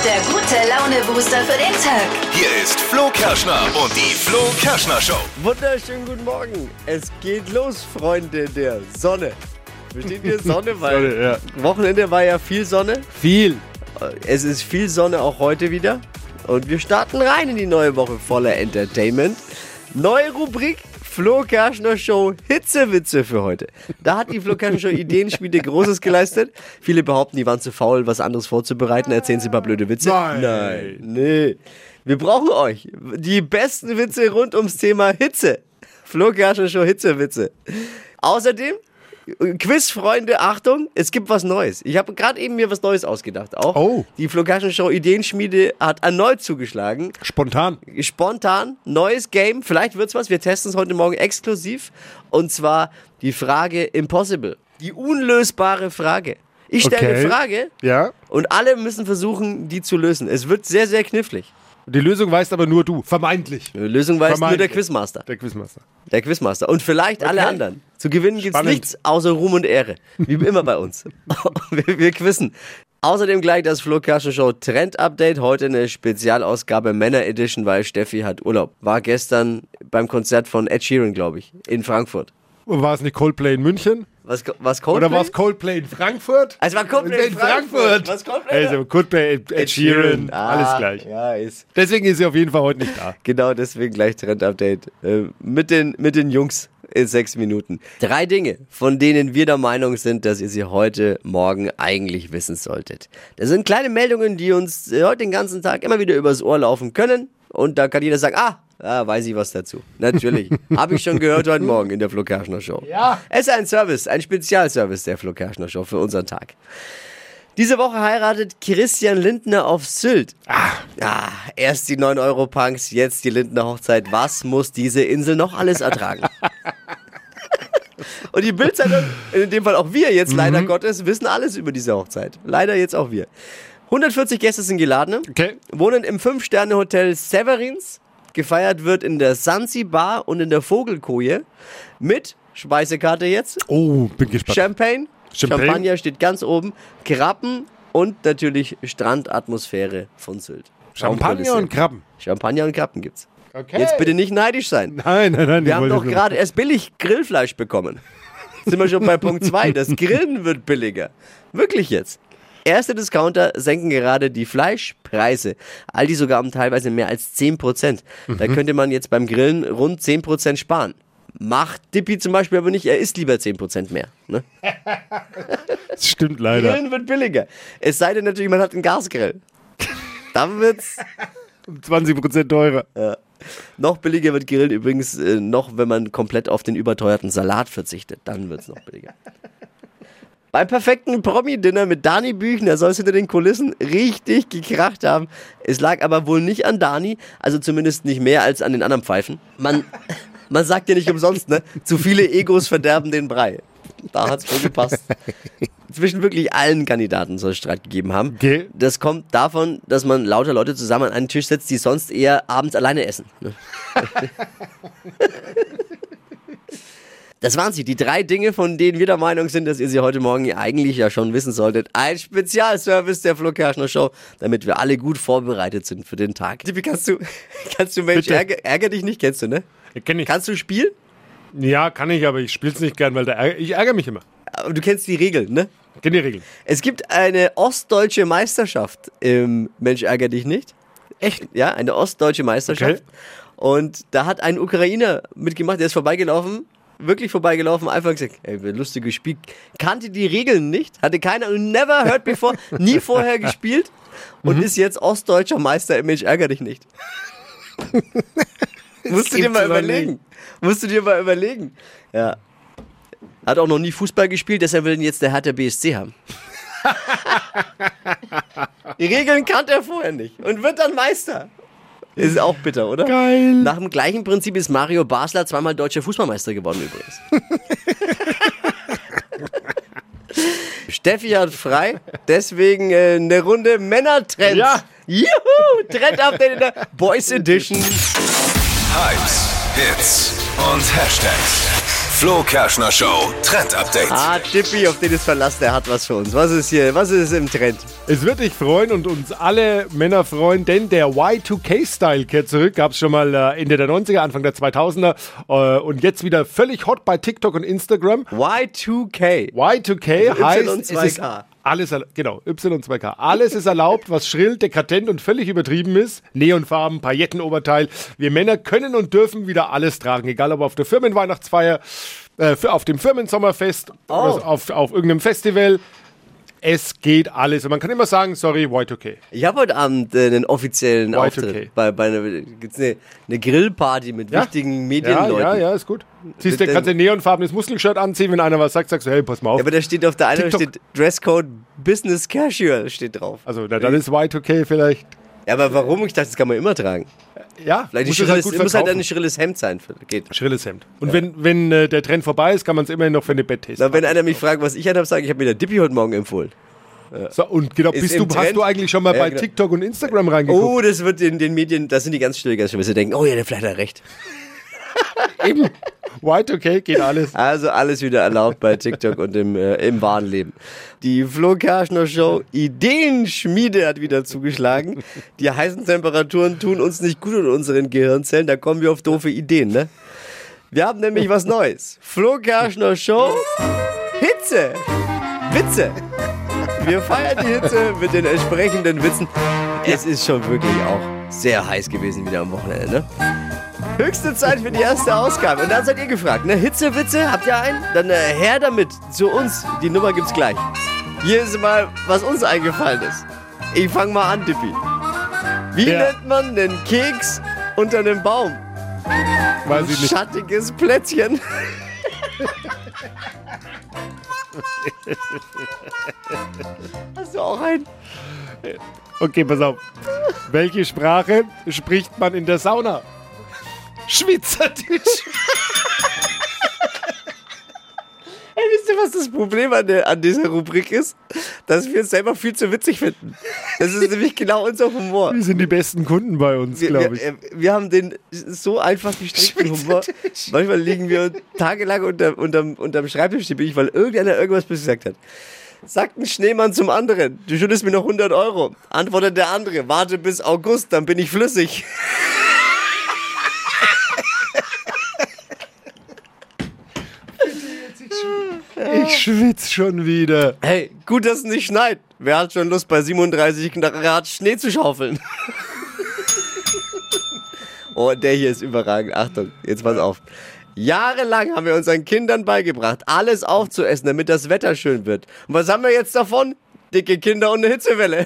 der gute Laune-Booster für den Tag. Hier ist Flo Kerschner und die Flo Kerschner Show. Wunderschönen guten Morgen. Es geht los, Freunde der Sonne. Versteht ihr? Sonne, weil Sonne, ja. Wochenende war ja viel Sonne. Viel. Es ist viel Sonne auch heute wieder. Und wir starten rein in die neue Woche voller Entertainment. Neue Rubrik, Flo Kerschner Show Hitzewitze für heute. Da hat die Flo Kerschner Show Ideenschmiede Großes geleistet. Viele behaupten, die waren zu faul, was anderes vorzubereiten. Erzählen sie ein paar blöde Witze. Nein. Nee. Wir brauchen euch. Die besten Witze rund ums Thema Hitze. Flo Kerschner Show Hitzewitze. Außerdem, Quizfreunde, Achtung, es gibt was Neues. Ich habe gerade eben mir was Neues ausgedacht. Auch Oh. die Flo Kerschner Show Ideenschmiede hat erneut zugeschlagen. Spontan. Spontan, neues Game, vielleicht wird's was. Wir testen es heute Morgen exklusiv. Und zwar die Frage Impossible. Die unlösbare Frage. Ich stelle Okay. eine Frage Ja. und alle müssen versuchen, die zu lösen. Es wird sehr, sehr knifflig. Die Lösung weißt aber nur du. Vermeintlich. Die Lösung weiß nur der Vermeintlich. Quizmaster. Der Quizmaster. Der Quizmaster. Und vielleicht alle anderen. Zu gewinnen gibt's Spannend. nichts außer Ruhm und Ehre. Wie immer bei uns. wir quizzen. Außerdem gleich das Flo Kerschner Show Trend Update. Heute eine Spezialausgabe Männer Edition, weil Steffi hat Urlaub. War gestern beim Konzert von Ed Sheeran, glaube ich, in Frankfurt. War es nicht Coldplay in München? Was Coldplay? Oder war es Coldplay in Frankfurt? Es war Coldplay in Frankfurt. Was Coldplay? Also Coldplay, Ed Sheeran, alles gleich. Ja, ist. Deswegen ist sie auf jeden Fall heute nicht da. Genau, deswegen gleich Trend-Update mit den Jungs in 6 Minuten. 3 Dinge, von denen wir der Meinung sind, dass ihr sie heute Morgen eigentlich wissen solltet. Das sind kleine Meldungen, die uns heute den ganzen Tag immer wieder übers Ohr laufen können. Und da kann jeder sagen, weiß ich was dazu. Natürlich. Habe ich schon gehört heute Morgen in der Flo Kerschner Show. Ja. Es ist ein Service, ein Spezialservice der Flo Kerschner Show für unseren Tag. Diese Woche heiratet Christian Lindner auf Sylt. Erst die 9-Euro-Punks, jetzt die Lindner Hochzeit. Was muss diese Insel noch alles ertragen? Und die Bildzeitung, in dem Fall auch wir jetzt leider Gottes, wissen alles über diese Hochzeit. Leider jetzt auch wir. 140 Gäste sind geladen, Okay. wohnen im 5-Sterne-Hotel Severins. Gefeiert wird in der Sansibar und in der Vogelkoje mit Speisekarte jetzt. Oh, bin gespannt. Champagne. Champagne. Champagner steht ganz oben. Krabben und natürlich Strandatmosphäre von Sylt. Champagner und Krabben. Champagner und Krabben gibt's. Okay. Jetzt bitte nicht neidisch sein. Nein. Wir haben doch gerade erst billig Grillfleisch bekommen. Sind wir schon bei Punkt 2. Das Grillen wird billiger. Wirklich jetzt. Erste Discounter senken gerade die Fleischpreise. Aldi sogar um teilweise mehr als 10%. Da könnte man jetzt beim Grillen rund 10% sparen. Macht Dippi zum Beispiel aber nicht, er isst lieber 10% mehr. Ne? Das stimmt leider. Grillen wird billiger. Es sei denn natürlich, man hat einen Gasgrill. Dann wird's 20% teurer. noch billiger wird Grillen übrigens noch, wenn man komplett auf den überteuerten Salat verzichtet. Dann wird's noch billiger. Beim perfekten Promi-Dinner mit Dani Büchner soll es hinter den Kulissen richtig gekracht haben. Es lag aber wohl nicht an Dani, also zumindest nicht mehr als an den anderen Pfeifen. Man sagt ja nicht umsonst, ne? Zu viele Egos verderben den Brei. Da hat's wohl gepasst. Zwischen wirklich allen Kandidaten soll es Streit gegeben haben. Okay. Das kommt davon, dass man lauter Leute zusammen an einen Tisch setzt, die sonst eher abends alleine essen. Ne? Das waren sie, die 3 Dinge, von denen wir der Meinung sind, dass ihr sie heute Morgen eigentlich ja schon wissen solltet. Ein Spezialservice der Flo Kerschner Show, damit wir alle gut vorbereitet sind für den Tag. Tippi, kannst du Mensch, Bitte. ärger dich nicht, kennst du, ne? Kenn ich. Kannst du spielen? Ja, kann ich, aber ich spiel's nicht gern, weil ich ärgere mich immer. Aber du kennst die Regeln, ne? Kenn die Regeln. Es gibt eine ostdeutsche Meisterschaft im Mensch, ärger dich nicht. Echt? Ja, eine ostdeutsche Meisterschaft. Okay. Und da hat ein Ukrainer mitgemacht, der ist vorbeigelaufen, wirklich vorbeigelaufen, einfach gesagt, ey, lustiges Spiel, kannte die Regeln nicht, hatte keiner, never heard before, nie vorher gespielt und ist jetzt ostdeutscher Meister im Mensch, ärger dich nicht. Musst du dir mal überlegen. Ja. Hat auch noch nie Fußball gespielt, deshalb will ihn jetzt der Hertha BSC haben. Die Regeln kannte er vorher nicht und wird dann Meister. Ist auch bitter, oder? Geil. Nach dem gleichen Prinzip ist Mario Basler zweimal deutscher Fußballmeister geworden übrigens. Steffi hat frei, deswegen eine Runde Männertrends. Ja. Juhu, Trend-Update in der Boys Edition. Hypes, Hits und Hashtags. Flo Kerschner Show Trend Update. Dippi, auf den ist Verlass, der hat was für uns. Was ist hier? Was ist im Trend? Es wird dich freuen und uns alle Männer freuen, denn der Y2K-Style kehrt zurück. Gab es schon mal Ende der 90er, Anfang der 2000er und jetzt wieder völlig hot bei TikTok und Instagram. Y2K. Y2K Also heißt, Y2K. es ist alles, genau, Y2K. Alles ist erlaubt, was schrill, dekadent und völlig übertrieben ist. Neonfarben, Paillettenoberteil. Wir Männer können und dürfen wieder alles tragen, egal ob auf der Firmenweihnachtsfeier, auf dem Firmensommerfest, oder auf irgendeinem Festival. Es geht alles. Und man kann immer sagen, sorry, Y2K. Ich habe heute Abend einen offiziellen Y2K. Auftritt. Bei gibt's eine Grillparty mit wichtigen Medienleuten. Ja, ist gut. Kannst du ein neonfarbenes Muskelshirt anziehen, wenn einer was sagt, sagst du, hey, pass mal auf. Ja, aber da steht auf der einen TikTok. steht Dresscode Business Casual steht drauf. Also, dann ist Y2K vielleicht. Ja, aber warum? Ich dachte, das kann man immer tragen. Ja, Vielleicht muss muss halt ein schrilles Hemd sein. Geht. Schrilles Hemd. Und wenn der Trend vorbei ist, kann man es immerhin noch für eine Betttest. Na, wenn einer mich fragt, was ich anhabe, sage ich, habe mir der Dippi heute Morgen empfohlen. So, und genau, Ist im hast Trend. du eigentlich schon mal bei genau. TikTok und Instagram reingeguckt? Oh, das wird in den Medien, das sind die ganz still, ganz schön, weil sie denken, oh ja, der vielleicht hat recht. Eben. Y2K geht alles. Also alles wieder erlaubt bei TikTok und im wahren Leben. Die Flo Kerschner Show Ideenschmiede hat wieder zugeschlagen. Die heißen Temperaturen tun uns nicht gut in unseren Gehirnzellen, da kommen wir auf doofe Ideen, ne? Wir haben nämlich was Neues. Flo Kerschner Show Hitze. Witze. Wir feiern die Hitze mit den entsprechenden Witzen. Es ist schon wirklich auch sehr heiß gewesen wieder am Wochenende, ne? Höchste Zeit für die erste Ausgabe. Und dann seid ihr gefragt, ne? Hitzewitze, habt ihr einen? Dann her damit, zu uns. Die Nummer gibt's gleich. Hier ist mal, was uns eingefallen ist. Ich fang mal an, Dippi. Wie nennt man einen Keks unter einem Baum? Weiß ich nicht. Schattiges Plätzchen. Hast du auch einen? Okay, pass auf. Welche Sprache spricht man in der Sauna? Schweizerdeutsch. Hey, wisst ihr, was das Problem an dieser Rubrik ist? Dass wir es selber viel zu witzig finden. Das ist nämlich genau unser Humor. Die sind die besten Kunden bei uns, glaube ich. Wir haben den so einfach gestrickten Humor. Manchmal liegen wir tagelang unterm Schreibtisch, weil irgendeiner irgendwas gesagt hat. Sagt ein Schneemann zum anderen, du schuldest mir noch 100 Euro. Antwortet der andere, warte bis August, dann bin ich flüssig. Ich schwitze schon wieder. Hey, gut, dass es nicht schneit. Wer hat schon Lust, bei 37 Grad Schnee zu schaufeln? Oh, der hier ist überragend. Achtung, jetzt pass auf. Jahrelang haben wir unseren Kindern beigebracht, alles aufzuessen, damit das Wetter schön wird. Und was haben wir jetzt davon? Dicke Kinder und eine Hitzewelle.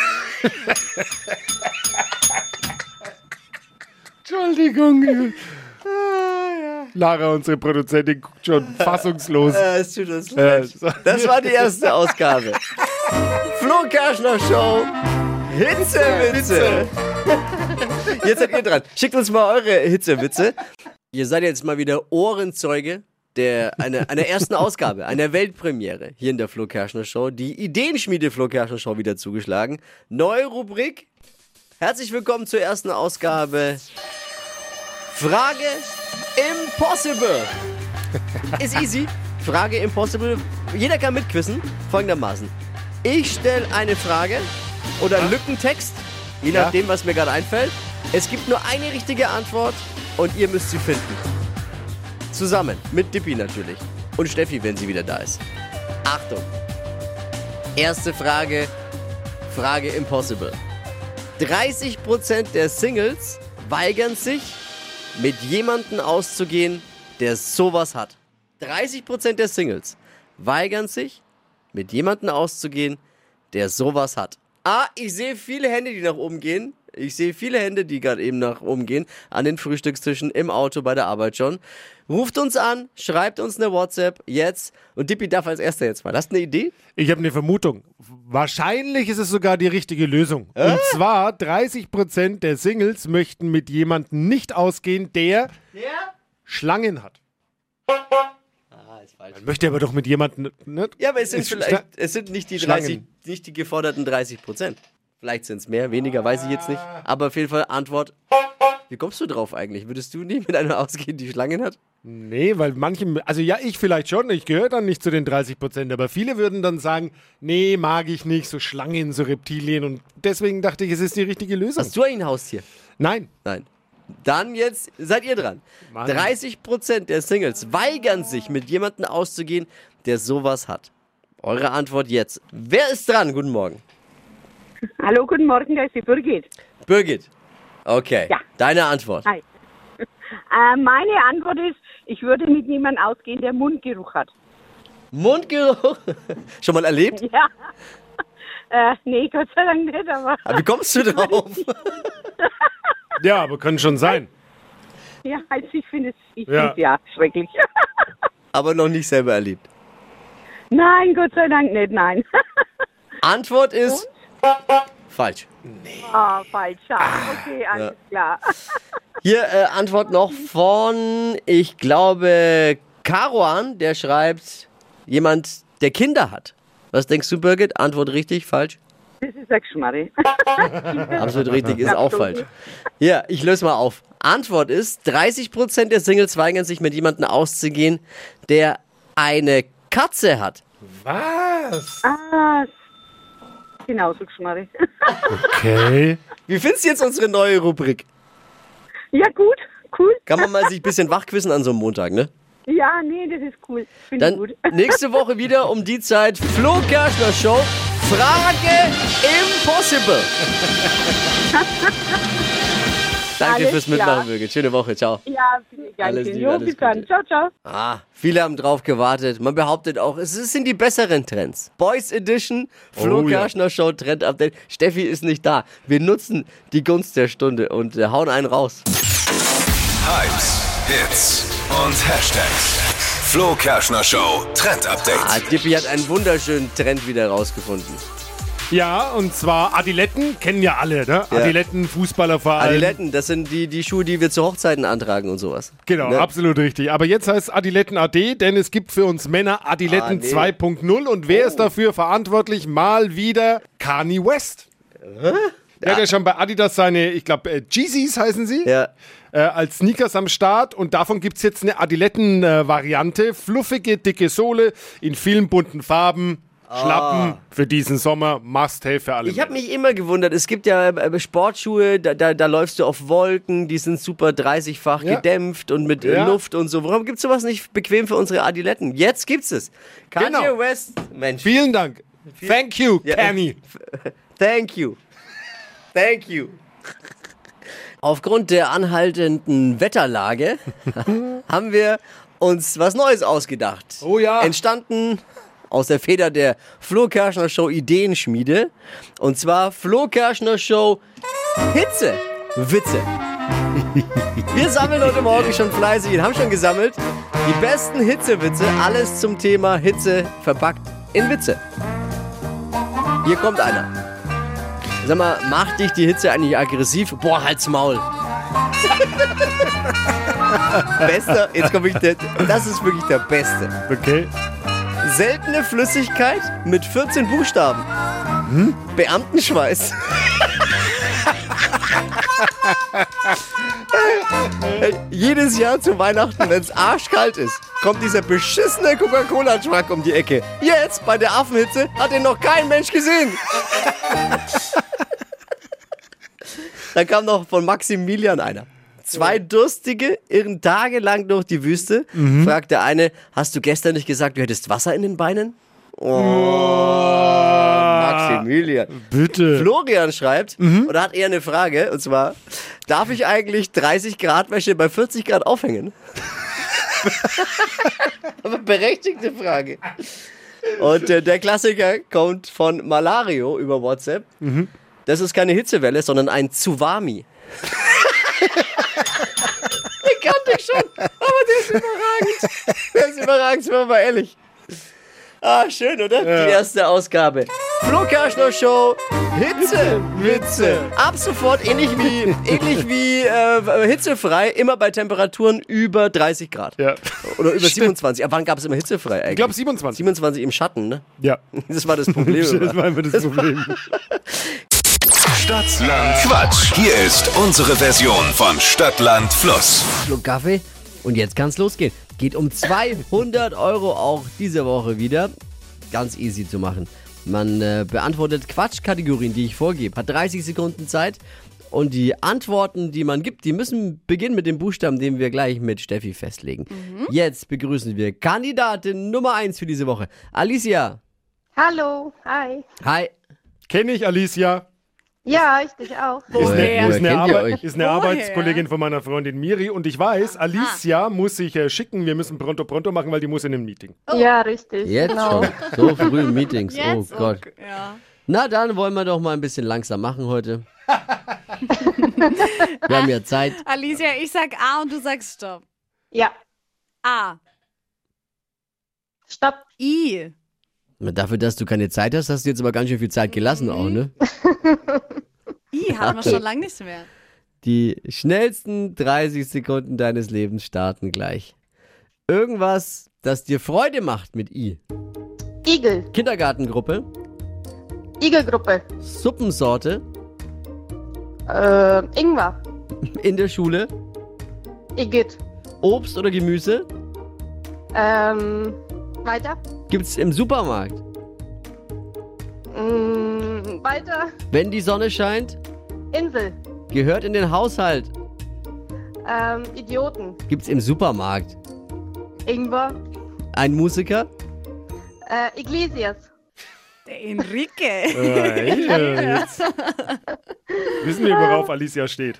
Entschuldigung. Lara, unsere Produzentin, guckt schon fassungslos. Es tut uns leid. Das war die erste Ausgabe. Flo Kerschner Show. Hitzewitze. Jetzt seid ihr dran. Schickt uns mal eure Hitzewitze. Ihr seid jetzt mal wieder Ohrenzeuge einer ersten Ausgabe, einer Weltpremiere hier in der Flo Kerschner Show. Die Ideenschmiede Flo Kerschner Show wieder zugeschlagen. Neue Rubrik. Herzlich willkommen zur ersten Ausgabe. Frage Impossible. Ist easy. Frage Impossible. Jeder kann mitquissen. Folgendermaßen. Ich stelle eine Frage oder einen Lückentext, je nachdem, was mir gerade einfällt. Es gibt nur eine richtige Antwort und ihr müsst sie finden. Zusammen. Mit Dippi natürlich. Und Steffi, wenn sie wieder da ist. Achtung. Erste Frage. Frage Impossible. 30% der Singles weigern sich, mit jemandem auszugehen, der sowas hat. 30% der Singles weigern sich, mit jemandem auszugehen, der sowas hat. Ich sehe viele Hände, die nach oben gehen. Ich sehe viele Hände, die gerade eben nach oben gehen. An den Frühstückstischen, im Auto, bei der Arbeit schon. Ruft uns an, schreibt uns eine WhatsApp jetzt. Und Dippi darf als erster jetzt mal. Hast du eine Idee? Ich habe eine Vermutung. Wahrscheinlich ist es sogar die richtige Lösung. Und zwar 30% der Singles möchten mit jemandem nicht ausgehen, der Schlangen hat. Ist falsch. Man möchte aber doch mit jemandem... Ne? Ja, aber es sind nicht die 30, nicht die geforderten 30%. Vielleicht sind es mehr, weniger, weiß ich jetzt nicht. Aber auf jeden Fall Antwort. Wie kommst du drauf eigentlich? Würdest du nicht mit einer ausgehen, die Schlangen hat? Nee, weil manche, also ja, ich vielleicht schon, ich gehöre dann nicht zu den 30%, aber viele würden dann sagen, nee, mag ich nicht, so Schlangen, so Reptilien und deswegen dachte ich, es ist die richtige Lösung. Hast du ein Haustier? Nein. Nein. Dann jetzt seid ihr dran. Mann. 30% der Singles weigern sich, mit jemandem auszugehen, der sowas hat. Eure Antwort jetzt. Wer ist dran? Guten Morgen. Hallo, guten Morgen, da ist die Birgit. Birgit. Okay. Ja. Deine Antwort. Hi. Meine Antwort ist, ich würde mit niemandem ausgehen, der Mundgeruch hat. Mundgeruch? Schon mal erlebt? Ja. Nee, Gott sei Dank nicht, aber Aber wie kommst du drauf? Ja, aber können schon sein. ja, also ich finde es Ja. ja schrecklich. Aber noch nicht selber erlebt. Nein, Gott sei Dank nicht, nein. Antwort ist falsch. Falsch. Okay, alles klar. Hier Antwort noch von, ich glaube, Karoan, der schreibt, jemand, der Kinder hat. Was denkst du, Birgit? Antwort richtig, falsch? Das ist ein Geschmarri. Absolut richtig, ist auch falsch. Ja, ich löse mal auf. Antwort ist, 30% der Singles weigern sich, mit jemandem auszugehen, der eine Katze hat. Was? Genauso Geschmarri. Okay. Wie findest du jetzt unsere neue Rubrik? Ja, gut, cool. Kann man mal sich ein bisschen wachquissen an so einem Montag, ne? Ja, nee, das ist cool. Finde ich Dann gut. nächste Woche wieder um die Zeit Flo Kerschner Show. Frage Impossible. Danke Alles fürs klar. Mitmachen, Birgit. Schöne Woche. Ciao. Ja, finde ich Alles ganz schön. Liebe, Jo, alles bis dann. Gute. Ciao, ciao. Viele haben drauf gewartet. Man behauptet auch, es sind die besseren Trends. Boys Edition, Flo Oh ja. Kerschner Show, Trend Update. Steffi ist nicht da. Wir nutzen die Gunst der Stunde und hauen einen raus. Hypes, Hits und Hashtags. Flo Kerschner Show Trend Update. Dippi hat einen wunderschönen Trend wieder rausgefunden. Ja, und zwar Adiletten, kennen ja alle, ne? Ja. Adiletten, Fußballerverein. Adiletten, das sind die Schuhe, die wir zu Hochzeiten antragen und sowas. Genau, Ne? absolut richtig. Aber jetzt heißt es Adiletten AD, denn es gibt für uns Männer Adiletten nee. 2.0. Und wer ist dafür verantwortlich? Mal wieder Kanye West. Der hat ja schon bei Adidas seine, ich glaube, Yeezys heißen sie, Ja. als Sneakers am Start. Und davon gibt es jetzt eine Adiletten-Variante. Fluffige, dicke Sohle in vielen bunten Farben. Schlappen für diesen Sommer, Must-Have für alle. Ich habe mich immer gewundert, es gibt ja Sportschuhe, da läufst du auf Wolken, die sind super 30-fach Ja. gedämpft und mit Ja. Luft und so. Warum gibt's sowas nicht bequem für unsere Adiletten? Jetzt gibt's es. Kanye Genau. West, Mensch. Vielen Dank. Thank you, Ja. Kanye. Thank you. Thank you. Aufgrund der anhaltenden Wetterlage haben wir uns was Neues ausgedacht. Oh ja. Entstanden aus der Feder der Flo Kerschner Show Ideenschmiede. Und zwar Flo Kerschner Show Hitze. Witze. Wir sammeln heute Morgen schon fleißig und haben schon gesammelt die besten Hitzewitze. Alles zum Thema Hitze verpackt in Witze. Hier kommt einer. Sag mal, macht dich die Hitze eigentlich aggressiv? Boah, halt's Maul. Bester, jetzt komme ich, das ist wirklich der Beste. Okay. Seltene Flüssigkeit mit 14 Buchstaben. Beamtenschweiß. Jedes Jahr zu Weihnachten, wenn es arschkalt ist, kommt dieser beschissene Coca-Cola-Truck um die Ecke. Jetzt, bei der Affenhitze, hat ihn noch kein Mensch gesehen. Dann kam noch von Maximilian einer. Zwei Durstige irren tagelang durch die Wüste. Fragt der eine, hast du gestern nicht gesagt, du hättest Wasser in den Beinen? Maximilian. Bitte. Florian schreibt, oder hat eher eine Frage, und zwar, darf ich eigentlich 30 Grad Wäsche bei 40 Grad aufhängen? Aber berechtigte Frage. Und der Klassiker kommt von Malario über WhatsApp. Das ist keine Hitzewelle, sondern ein Tsuwami. Den kannte ich schon, aber der ist überragend. Der ist überragend, sind wir mal ehrlich. Ah, schön, oder? Ja. Die erste Ausgabe. Flo Kerschner Show, Hitze, Witze. Ab sofort ähnlich wie hitzefrei, immer bei Temperaturen über 30 Grad. Ja. Oder über 27. Aber wann gab es immer hitzefrei eigentlich? Ich glaube 27. 27 im Schatten, ne? Ja. Das war das Problem. Das war einfach das Problem. Stadtland Quatsch. Hier ist unsere Version von Stadtland Fluss. Schluck Kaffee und jetzt kann's losgehen. Geht um 200 Euro auch diese Woche wieder. Ganz easy zu machen. Man beantwortet Quatschkategorien, die ich vorgebe. Hat 30 Sekunden Zeit. Und die Antworten, die man gibt, die müssen beginnen mit dem Buchstaben, den wir gleich mit Steffi festlegen. Jetzt begrüßen wir Kandidatin Nummer 1 für diese Woche. Alicia. Hallo, hi. Hi. Kenne ich Alicia. Ja, ich dich auch. Woher kennt ihr euch? Ist eine Arbeitskollegin von meiner Freundin Miri und ich weiß, Alicia muss sich schicken, wir müssen pronto machen, weil die muss in ein Meeting. Ja, richtig. Jetzt genau. schon. So früh in Meetings. Jetzt? Oh Gott. Okay, ja. Na dann wollen wir doch mal ein bisschen langsam machen heute. Wir haben ja Zeit. Alicia, ich sag A und du sagst Stopp. Ja, A. stopp. I. Dafür, dass du keine Zeit hast, hast du jetzt aber ganz schön viel Zeit gelassen auch, ne? I haben wir schon lange nicht mehr. Die schnellsten 30 Sekunden deines Lebens starten gleich. Irgendwas, das dir Freude macht mit I. Igel, Kindergartengruppe, Igelgruppe, Suppensorte, Ingwer, in der Schule, Igitt. Obst oder Gemüse, Weiter, gibt's im Supermarkt. weiter, Wenn die Sonne scheint, Insel, gehört in den Haushalt. Idioten, Gibt's im Supermarkt. Ingwer, Ein Musiker, Iglesias, Der Enrique. Jetzt wissen wir, worauf Alicia steht.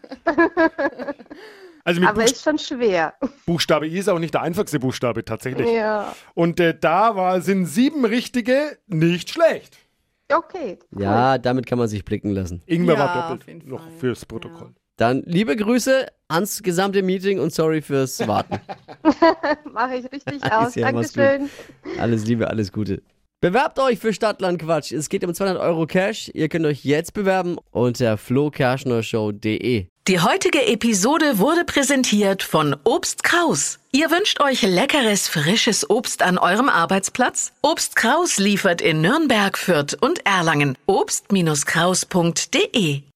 Also mit aber ist schon schwer. Buchstabe I ist auch nicht der einfachste Buchstabe, tatsächlich. Ja, Und sind 7 richtige, nicht schlecht. okay. Cool. ja, damit kann man sich blicken lassen. Ingwer Ja, war auf doppelt, jeden noch Fall. fürs Protokoll. Dann liebe Grüße ans gesamte Meeting und sorry fürs Warten. Mache ich richtig Alicia, aus. mach's Dankeschön. Alles Liebe, alles Gute. Bewerbt euch für Stadtland Quatsch. Es geht um 200 Euro Cash. Ihr könnt euch jetzt bewerben unter flokerschnershow.de. Die heutige Episode wurde präsentiert von Obst Kraus. Ihr wünscht euch leckeres, frisches Obst an eurem Arbeitsplatz? Obst Kraus liefert in Nürnberg, Fürth und Erlangen. Obst-Kraus.de